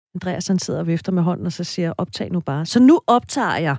Andreas han sidder og vifter med hånden, og så siger optag nu bare. Så nu optager jeg.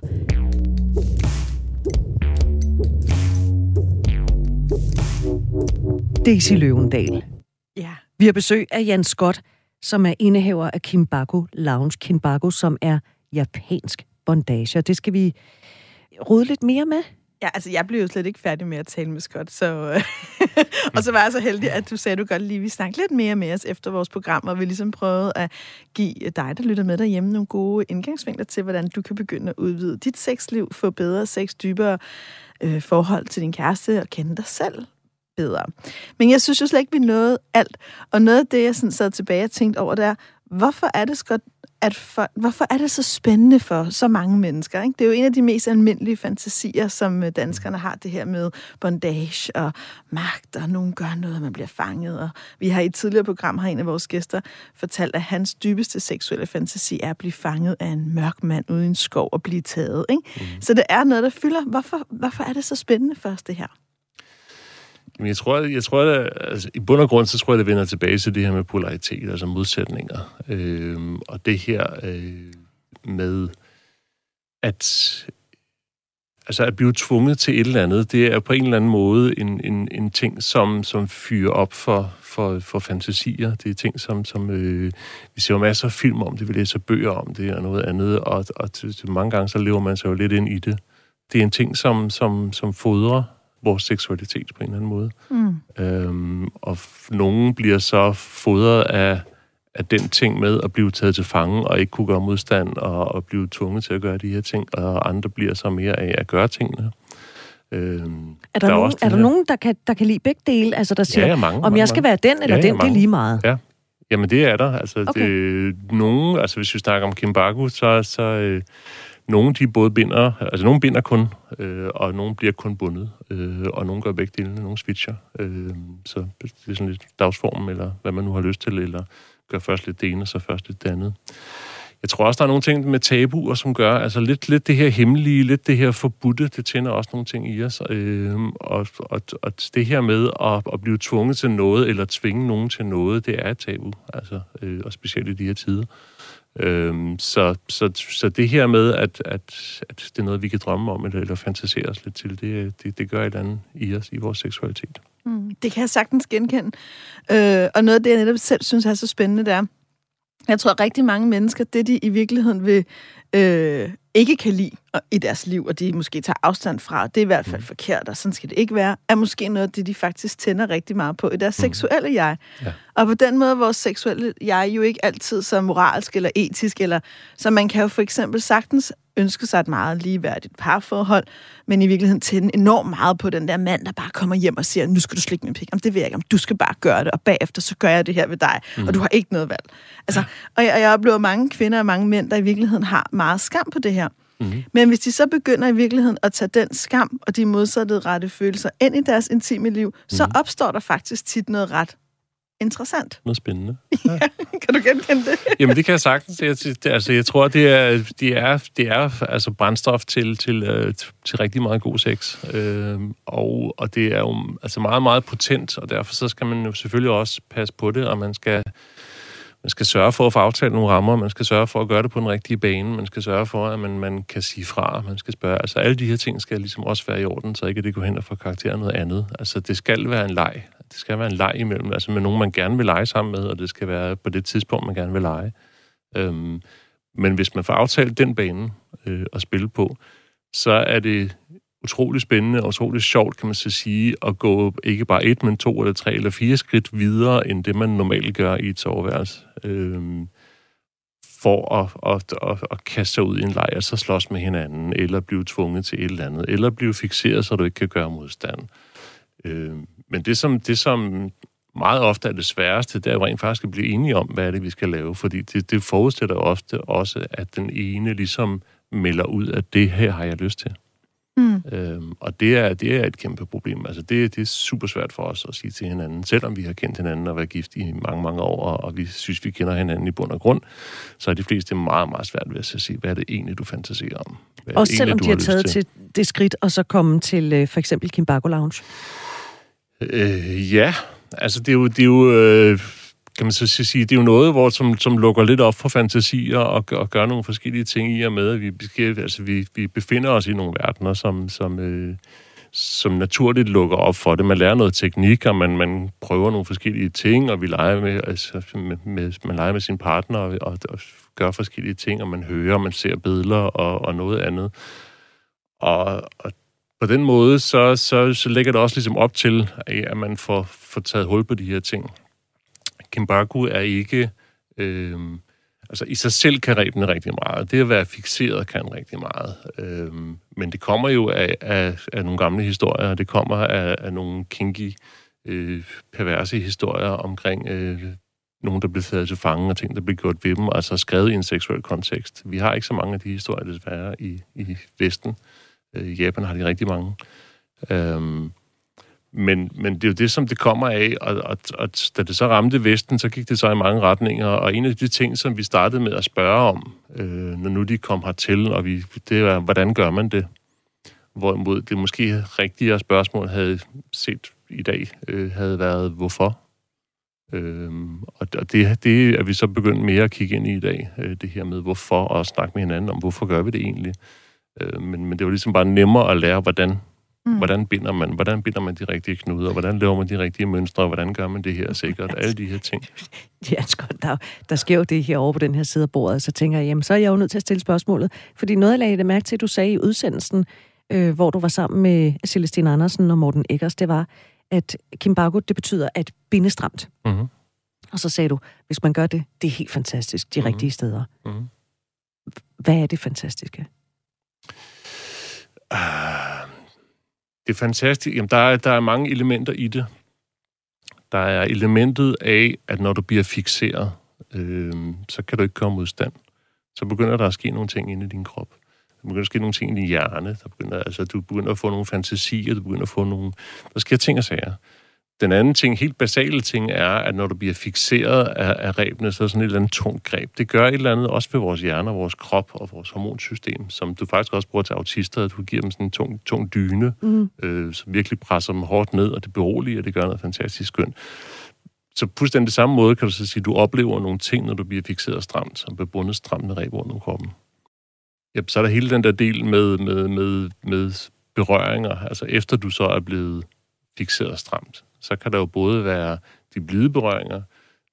Daisy Løvendal. Ja. Vi har besøg af Jan Scott, som er indehaver af Kimbaku Lounge. Kimbaku, som er japansk bondage. Og det skal vi rode lidt mere med. Ja, altså jeg blev jo slet ikke færdig med at tale med Scott, så og så var jeg så heldig, at du sagde, at du godt lige ville snakke lidt mere med os efter vores program, og vi ligesom prøvede at give dig, der lytter med derhjemme, nogle gode indgangsvinkler til, hvordan du kan begynde at udvide dit sexliv, få bedre sex, dybere forhold til din kæreste og kende dig selv bedre. Men jeg synes jo slet ikke, vi nåede alt. Og noget af det, jeg sådan sad tilbage og tænkte over, det er, hvorfor er det, Scott, hvorfor er det så spændende for så mange mennesker? Ikke? Det er jo en af de mest almindelige fantasier, som danskerne har, det her med bondage og magt, og nogen gør noget, og man bliver fanget. Og vi har i et tidligere program, har en af vores gæster fortalt, at hans dybeste seksuelle fantasi er at blive fanget af en mørk mand ude i en skov og blive taget. Ikke? Så det er noget, der fylder. Hvorfor er det så spændende for os, det her? Jeg tror at, altså, i bund og grund, så tror jeg, det vender tilbage til det her med polaritet, altså modsætninger. Og det her med at blive tvunget til et eller andet, det er på en eller anden måde en ting, som fyrer op for fantasier. Det er ting, som vi ser jo masser af film om det, vi læser bøger om det og noget andet, og til mange gange så lever man sig jo lidt ind i det. Det er en ting, som fodrer vores seksualitet på en eller anden måde. Og nogen bliver så fodret af den ting med at blive taget til fange og ikke kunne gøre modstand og blive tvunget til at gøre de her ting, og andre bliver så mere af at gøre tingene. Er der nogen, der kan lide begge dele? Altså, der siger, mange, jeg skal være den eller den, det er lige meget. Ja. Jamen, det er der. Altså, okay. Nogen, altså hvis vi snakker om Kimbaku, så nogle de både binder, altså nogle binder kun, og nogle bliver kun bundet, og nogle gør begge delene, nogle switcher. Så det er sådan lidt dagsform, eller hvad man nu har lyst til, eller gør først lidt det ene, og så først lidt det andet. Jeg tror også, der er nogle ting med tabuer, som gør, altså lidt det her hemmelige, lidt det her forbudte, det tænder også nogle ting i os. Og det her med at blive tvunget til noget, eller tvinge nogen til noget, det er et tabu, altså, og specielt i de her tider. Så det her med, at det er noget, vi kan drømme om, eller fantasere os lidt til, det gør et eller andet i os, i vores seksualitet. Det kan jeg sagtens genkende. Og noget af det, jeg netop selv synes er så spændende, det er, jeg tror, at rigtig mange mennesker, det de i virkeligheden vil ikke kan lide i deres liv, og de måske tager afstand fra, det er i hvert fald forkert, og sådan skal det ikke være, er måske noget af det, de faktisk tænder rigtig meget på i deres seksuelle jeg. Ja. Og på den måde, vores seksuelle jeg jo ikke altid så moralsk eller etisk, eller så man kan jo for eksempel sagtens ønske sig et meget ligeværdigt parforhold, men i virkeligheden tænde enormt meget på den der mand, der bare kommer hjem og siger, nu skal du slikke min pik. Jamen, det vil jeg ikke, du skal bare gøre det, og bagefter så gør jeg det her ved dig, og du har ikke noget valg. Altså, og jeg oplever mange kvinder og mange mænd, der i virkeligheden har meget skam på det her. Men hvis de så begynder i virkeligheden at tage den skam og de modsatte rette følelser ind i deres intime liv, så opstår der faktisk tit noget ret interessant. Noget spændende. Ja. Kan du genkende det? Jamen, det kan jeg sagtens. Jeg tror, det er altså brændstof til rigtig meget god sex. Og det er jo altså meget, meget potent, og derfor så skal man jo selvfølgelig også passe på det, og man skal sørge for at få aftalt nogle rammer, man skal sørge for at gøre det på den rigtige bane, man skal sørge for, at man kan sige fra, man skal spørge. Altså alle de her ting skal ligesom også være i orden, så ikke det går hen og få karakter noget andet. Altså det skal være en leg. Det skal være en leg imellem, altså med nogen, man gerne vil lege sammen med, og det skal være på det tidspunkt, man gerne vil lege. Men hvis man får aftalt den bane at spille på, så er det utrolig spændende og utrolig sjovt, kan man så sige, at gå ikke bare 1, men 2 eller 3 eller 4 skridt videre, end det man normalt gør i et soveværelse. For at kaste sig ud i en leg, og så slås med hinanden, eller blive tvunget til et eller andet, eller blive fikseret, så du ikke kan gøre modstand. Men det som meget ofte er det sværeste, det er jo rent faktisk at blive enige om, hvad er det, vi skal lave, fordi det forudsætter ofte også, at den ene ligesom melder ud, at det her har jeg lyst til. Og det er et kæmpe problem. Altså det er super svært for os at sige til hinanden, selvom vi har kendt hinanden og været gift i mange, mange år, og vi synes, vi kender hinanden i bund og grund, så er de fleste meget, meget svært ved at sige, hvad er det egentlig, du fantaserer om? Også selvom de har taget til det skridt, og så komme til for eksempel Kimbaku Lounge? Ja, altså det er jo kan man så sige, det er jo noget, hvor som lukker lidt op for fantasier og gør nogle forskellige ting i og med, at vi befinder os i nogle verdener, som naturligt lukker op for det. Man lærer noget teknik, og man prøver nogle forskellige ting, og vi leger man leger med sin partner og gør forskellige ting, og man hører, man ser billeder og noget andet. Og på den måde, så lægger det også ligesom op til, at man får taget hul på de her ting. Kimbaku er ikke... i sig selv kan rebene rigtig meget. Det at være fikseret kan rigtig meget. Men det kommer jo af nogle gamle historier. Det kommer af nogle kinky, perverse historier omkring nogen, der blev taget til fange, og ting, der blev gjort ved dem, altså skrevet i en seksuel kontekst. Vi har ikke så mange af de historier, desværre, i Vesten. I Japan har de rigtig mange. Men det er jo det, som det kommer af, og da det så ramte Vesten, så gik det så i mange retninger, og en af de ting, som vi startede med at spørge om, når nu de kom hertil, og det er, hvordan gør man det? Hvorimod det måske rigtigere spørgsmål havde set i dag, havde været, hvorfor? Og det er vi så begyndt mere at kigge ind i dag, det her med hvorfor, og snakke med hinanden om, hvorfor gør vi det egentlig? Men det var ligesom bare nemmere at lære, hvordan binder man de rigtige knuder, hvordan laver man de rigtige mønstre, hvordan gør man det her sikkert, alle de her ting. Ja, der sker jo det her over på den her side af bordet, så tænker jeg, jamen, så er jeg jo nødt til at stille spørgsmålet, fordi noget, jeg lagde det mærke til, du sagde i udsendelsen, hvor du var sammen med Celestine Andersen og Morten Eggers, det var, at Kimbaku, det betyder at binde stramt. Mm-hmm. Og så sagde du, hvis man gør det, det er helt fantastisk, de rigtige steder. Mm-hmm. Hvad er det fantastiske? Det er fantastisk. Jamen, der er mange elementer i det. Der er elementet af, at når du bliver fikseret, så kan du ikke komme modstand. Så begynder der at ske nogle ting inde i din krop. Der begynder at ske nogle ting i din hjerne. Du begynder at få nogle fantasier. Der sker ting og sager. Den anden ting, helt basale ting, er, at når du bliver fikseret af rebene, så er sådan et eller andet tungt greb. Det gør et eller andet også ved vores hjerne, vores krop og vores hormonsystem, som du faktisk også bruger til autister, at du giver dem sådan en tung dyne, som virkelig presser dem hårdt ned, og det beroliger, og det gør noget fantastisk skønt. Så fuldstændig det samme måde kan du så sige, at du oplever nogle ting, når du bliver fikseret stramt, og bliver bundet stramt med reb rundt om kroppen. Ja, så er der hele den der del med berøringer, altså efter du så er blevet fikseret stramt. Så kan der jo både være de blide berøringer,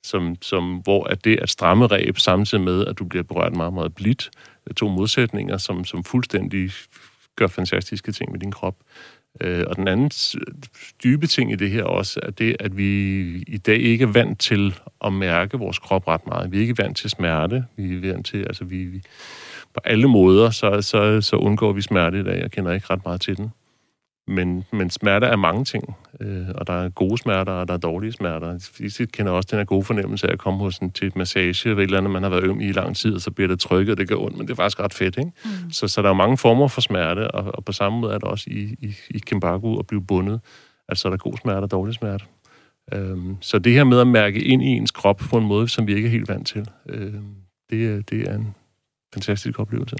hvor at det at stramme reb samtidig med, at du bliver berørt meget, meget blidt. To modsætninger, som fuldstændig gør fantastiske ting med din krop. Og den anden dybe ting i det her også, er det, at vi i dag ikke er vant til at mærke vores krop ret meget. Vi er ikke vant til smerte. Vi er vant til, vi på alle måder, så undgår vi smerte i dag. Jeg kender ikke ret meget til den. Men smerter er mange ting, og der er gode smerter, og der er dårlige smerter. Jeg kender også den her gode fornemmelse af at komme til et massage, ved et eller andet, man har været øm i lang tid, og så bliver det trykket, og det gør ondt, men det er faktisk ret fedt, ikke? Mm. Så der er mange former for smerte, og på samme måde er det også i Kimbaku at blive bundet. Altså er der god smerte og dårlig smerte. Så det her med at mærke ind i ens krop på en måde, som vi ikke er helt vant til, det er en fantastisk oplevelse.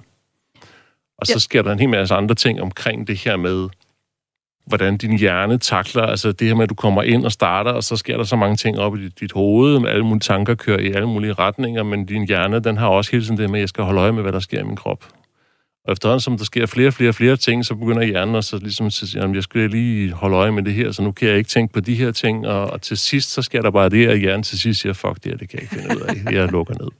Og så sker der en hel masse andre ting omkring det her med, hvordan din hjerne takler, altså det her med, at du kommer ind og starter, og så sker der så mange ting op i dit hoved, alle mulige tanker kører i alle mulige retninger, men din hjerne, den har også hele tiden det med, at jeg skal holde øje med, hvad der sker i min krop. Og efterhånden, som der sker flere ting, så begynder hjernen også ligesom at sige, at jeg skal lige holde øje med det her, så nu kan jeg ikke tænke på de her ting, og til sidst, så sker der bare det, at hjernen til sidst siger, fuck det her, det kan jeg ikke finde ud af, jeg lukker ned.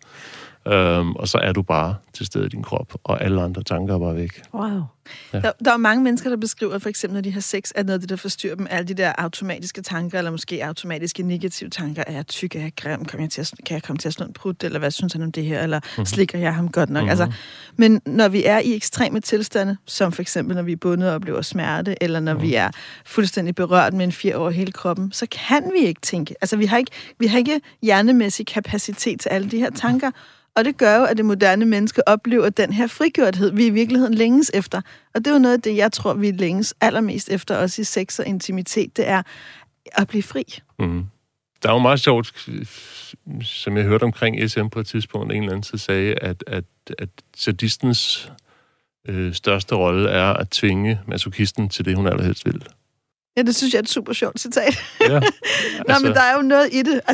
Og så er du bare til stede i din krop, og alle andre tanker er bare væk. Wow. Ja. Der er mange mennesker, der beskriver, for eksempel, når de har sex, at noget af det, der forstyrrer dem, alle de der automatiske tanker, eller måske automatiske negative tanker, er jeg tyk, er jeg grim, kan jeg komme til at slå en prut, eller hvad synes han om det her, eller slikker jeg ham godt nok. Mm-hmm. Altså, men når vi er i ekstreme tilstande, som for eksempel, når vi er bundet og oplever smerte, eller når vi er fuldstændig berørt med en 4 over hele kroppen, så kan vi ikke tænke. Altså, vi har ikke hjernemæssig kapacitet til alle de her tanker. Og det gør jo, at det moderne menneske oplever den her frigjorthed, vi i virkeligheden længes efter. Og det er jo noget af det, jeg tror, vi længes allermest efter, også i sex og intimitet, det er at blive fri. Mm. Der er jo meget sjovt, som jeg hørte omkring SM på et tidspunkt, en eller anden sagde, at sadistens største rolle er at tvinge masochisten til det, hun allerhelst vil. Ja, det synes jeg er et super sjovt citat. Ja, Nå, men der er jo noget i det. Altså,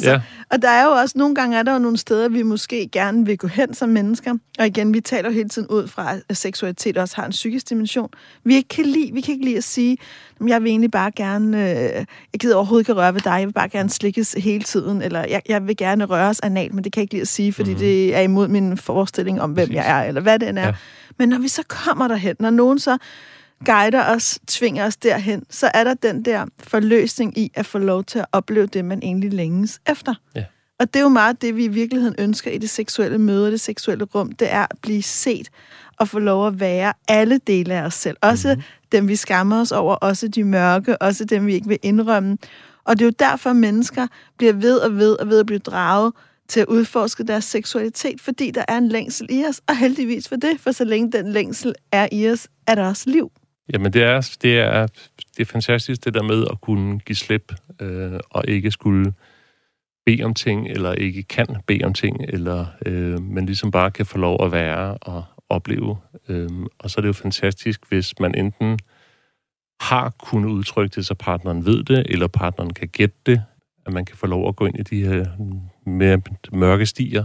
Og der er jo også, nogle gange er der jo nogle steder, vi måske gerne vil gå hen som mennesker. Og igen, vi taler jo hele tiden ud fra, at seksualitet også har en psykisk dimension. Vi kan ikke lide at sige, jeg vil egentlig bare gerne, jeg gider overhovedet ikke røre ved dig, jeg vil bare gerne slikkes hele tiden, eller jeg vil gerne røres analt, men det kan jeg ikke lide at sige, fordi det er imod min forestilling om, hvem jeg er, eller hvad det end er. Ja. Men når vi så kommer derhen, når nogen så guider os, tvinger os derhen, så er der den der forløsning i at få lov til at opleve det, man egentlig længes efter. Ja. Og det er jo meget det, vi i virkeligheden ønsker i det seksuelle møde, det seksuelle rum, det er at blive set og få lov at være alle dele af os selv. Også dem, vi skammer os over, også de mørke, også dem, vi ikke vil indrømme. Og det er jo derfor, mennesker bliver ved at blive draget til at udforske deres seksualitet, fordi der er en længsel i os, og heldigvis for det, for så længe den længsel er i os, er der også liv. Jamen, det er fantastisk, det der med at kunne give slip, og ikke skulle bede om ting, eller ikke kan bede om ting, eller men ligesom bare kan få lov at være og opleve. Og så er det jo fantastisk, hvis man enten har kunnet udtrykke det, så partneren ved det, eller partneren kan gætte det, at man kan få lov at gå ind i de her mere mørke stier,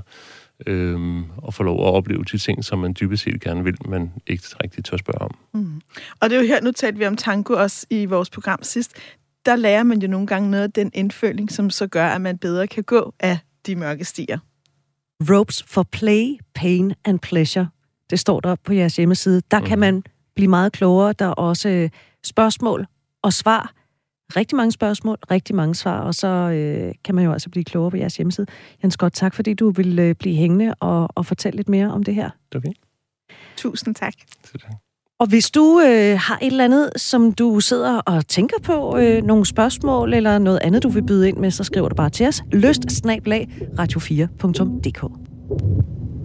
og få lov at opleve de ting, som man dybest set gerne vil, men ikke rigtig tør spørge om. Og det er jo her, nu talte vi om tango også i vores program sidst, der lærer man jo nogle gange noget af den indføling, som så gør, at man bedre kan gå af de mørke stier. Ropes for play, pain and pleasure. Det står der på jeres hjemmeside. Der kan man blive meget klogere. Der er også spørgsmål og svar. Rigtig mange spørgsmål, rigtig mange svar, og så kan man jo altså blive klogere på jeres hjemmeside. Jens Scott, tak fordi du ville blive hængende og fortælle lidt mere om det her. Det er fint. Tusind tak. Og hvis du har et eller andet, som du sidder og tænker på, nogle spørgsmål eller noget andet, du vil byde ind med, så skriver du bare til os. lyst@radio4.dk